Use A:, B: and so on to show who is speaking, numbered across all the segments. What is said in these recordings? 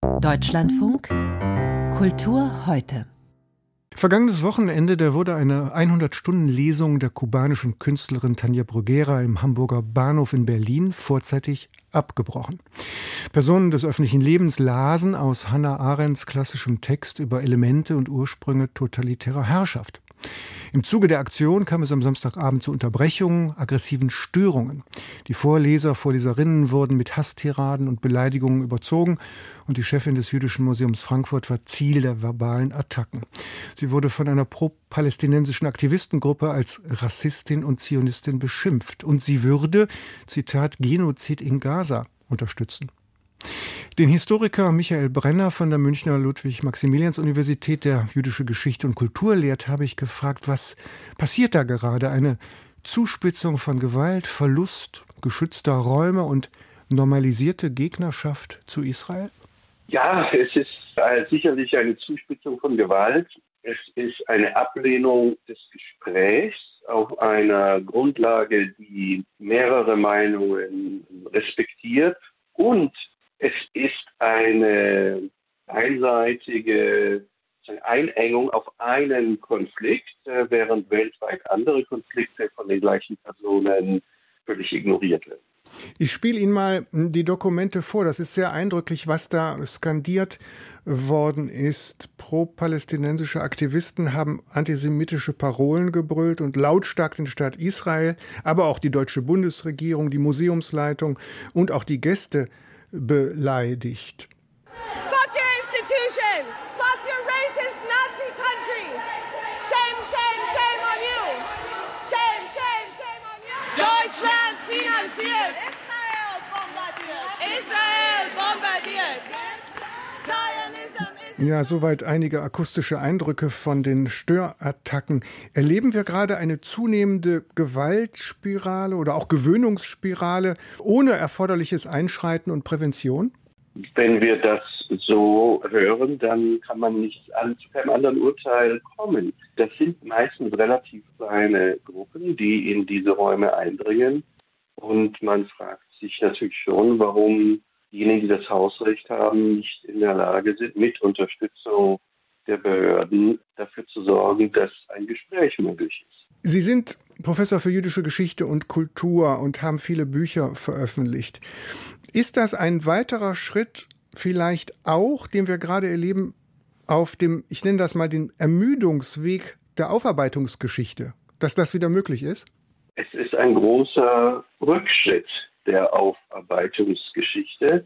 A: Deutschlandfunk Kultur heute.
B: Vergangenes Wochenende, da wurde eine 100-Stunden-Lesung der kubanischen Künstlerin Tania Bruguera im Hamburger Bahnhof in Berlin vorzeitig abgebrochen. Personen des öffentlichen Lebens lasen aus Hannah Arendts klassischem Text über Elemente und Ursprünge totalitärer Herrschaft. Im Zuge der Aktion kam es am Samstagabend zu Unterbrechungen, aggressiven Störungen. Die Vorleser, Vorleserinnen wurden mit Hasstiraden und Beleidigungen überzogen und die Chefin des Jüdischen Museums Frankfurt war Ziel der verbalen Attacken. Sie wurde von einer pro-palästinensischen Aktivistengruppe als Rassistin und Zionistin beschimpft und sie würde, Zitat, Genozid in Gaza unterstützen. Den Historiker Michael Brenner von der Münchner Ludwig-Maximilians-Universität, der jüdische Geschichte und Kultur lehrt, habe ich gefragt, was passiert da gerade? Eine Zuspitzung von Gewalt, Verlust geschützter Räume und normalisierte Gegnerschaft zu Israel?
C: Ja, es ist sicherlich eine Zuspitzung von Gewalt. Es ist eine Ablehnung des Gesprächs auf einer Grundlage, die mehrere Meinungen respektiert. Und es ist eine einseitige Einengung auf einen Konflikt, während weltweit andere Konflikte von den gleichen Personen völlig ignoriert werden.
B: Ich spiele Ihnen mal die Dokumente vor. Das ist sehr eindrücklich, was da skandiert worden ist. Pro-palästinensische Aktivisten haben antisemitische Parolen gebrüllt und lautstark den Staat Israel, aber auch die deutsche Bundesregierung, die Museumsleitung und auch die Gäste beleidigt.
D: Fuck your institution! Fuck your racist Nazi country! Shame, shame, shame on you! Shame, shame, shame on you! Deutschland finanziert! Israel bombardiert! Israel bombardiert!
B: Ja, soweit einige akustische Eindrücke von den Störattacken. Erleben wir gerade eine zunehmende Gewaltspirale oder auch Gewöhnungsspirale ohne erforderliches Einschreiten und Prävention?
C: Wenn wir das so hören, dann kann man nicht zu keinem anderen Urteil kommen. Das sind meistens relativ kleine Gruppen, die in diese Räume eindringen. Und man fragt sich natürlich schon, warum diejenigen, die das Hausrecht haben, nicht in der Lage sind, mit Unterstützung der Behörden dafür zu sorgen, dass ein Gespräch möglich ist.
B: Sie sind Professor für jüdische Geschichte und Kultur und haben viele Bücher veröffentlicht. Ist das ein weiterer Schritt vielleicht auch, den wir gerade erleben, auf dem, ich nenne das mal, den Ermüdungsweg der Aufarbeitungsgeschichte, dass das wieder möglich ist?
C: Es ist ein großer Rückschritt der Aufarbeitungsgeschichte,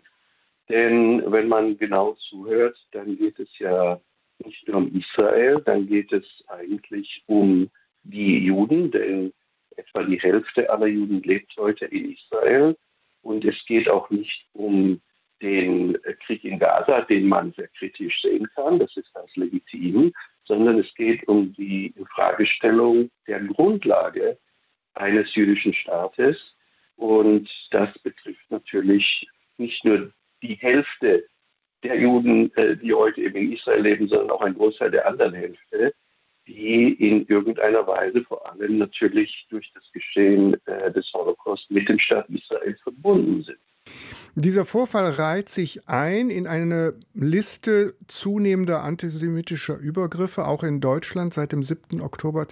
C: denn wenn man genau zuhört, dann geht es ja nicht nur um Israel, dann geht es eigentlich um die Juden, denn etwa die Hälfte aller Juden lebt heute in Israel und es geht auch nicht um den Krieg in Gaza, den man sehr kritisch sehen kann, das ist ganz legitim, sondern es geht um die Infragestellung der Grundlage eines jüdischen Staates. Und das betrifft natürlich nicht nur die Hälfte der Juden, die heute eben in Israel leben, sondern auch ein Großteil der anderen Hälfte, die in irgendeiner Weise vor allem natürlich durch das Geschehen des Holocaust mit dem Staat Israel verbunden sind.
B: Dieser Vorfall reiht sich ein in eine Liste zunehmender antisemitischer Übergriffe, auch in Deutschland seit dem 7. Oktober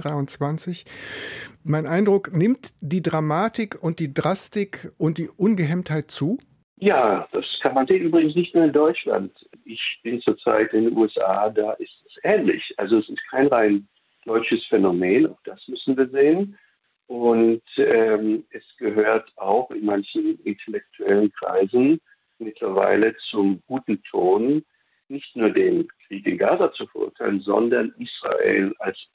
B: 2023. Mein Eindruck, nimmt die Dramatik und die Drastik und die Ungehemmtheit zu?
C: Ja, das kann man sehen. Übrigens nicht nur in Deutschland. Ich bin zurzeit in den USA, da ist es ähnlich. Also es ist kein rein deutsches Phänomen, auch das müssen wir sehen. Und es gehört auch in manchen intellektuellen Kreisen mittlerweile zum guten Ton, nicht nur den Krieg in Gaza zu verurteilen, sondern Israel als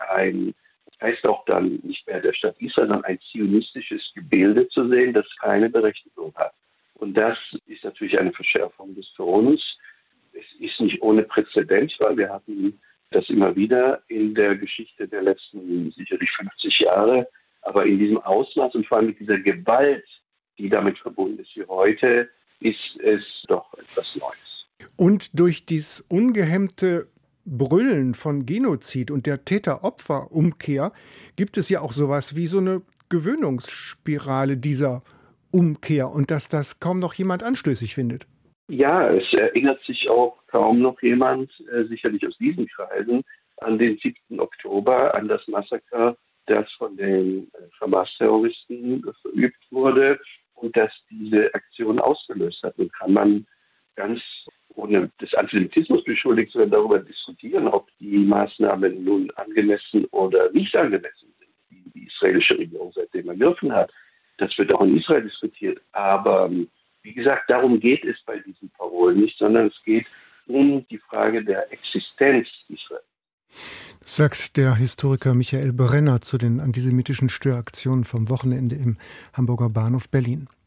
C: das heißt auch dann nicht mehr der Staat Israel, sondern ein zionistisches Gebilde zu sehen, das keine Berechtigung hat. Und das ist natürlich eine Verschärfung des Tons. Es ist nicht ohne Präzedent, weil wir hatten das immer wieder in der Geschichte der letzten sicherlich 50 Jahre. Aber in diesem Ausmaß und vor allem mit dieser Gewalt, die damit verbunden ist wie heute, ist es doch etwas Neues.
B: Und durch dieses ungehemmte Brüllen von Genozid und der Täter-Opfer-Umkehr gibt es ja auch sowas wie so eine Gewöhnungsspirale dieser Umkehr und dass das kaum noch jemand anstößig findet.
C: Ja, es erinnert sich auch kaum noch jemand, sicherlich aus diesen Kreisen, an den 7. Oktober, an das Massaker, das von den Hamas-Terroristen verübt wurde und das diese Aktion ausgelöst hat. Und kann man ganz ohne des Antisemitismus beschuldigt zu werden, darüber diskutieren, ob die Maßnahmen nun angemessen oder nicht angemessen sind, die die israelische Regierung seitdem ergriffen hat. Das wird auch in Israel diskutiert. Aber wie gesagt, darum geht es bei diesen Parolen nicht, sondern es geht um die Frage der Existenz Israels.
B: Sagt der Historiker Michael Brenner zu den antisemitischen Störaktionen vom Wochenende im Hamburger Bahnhof Berlin.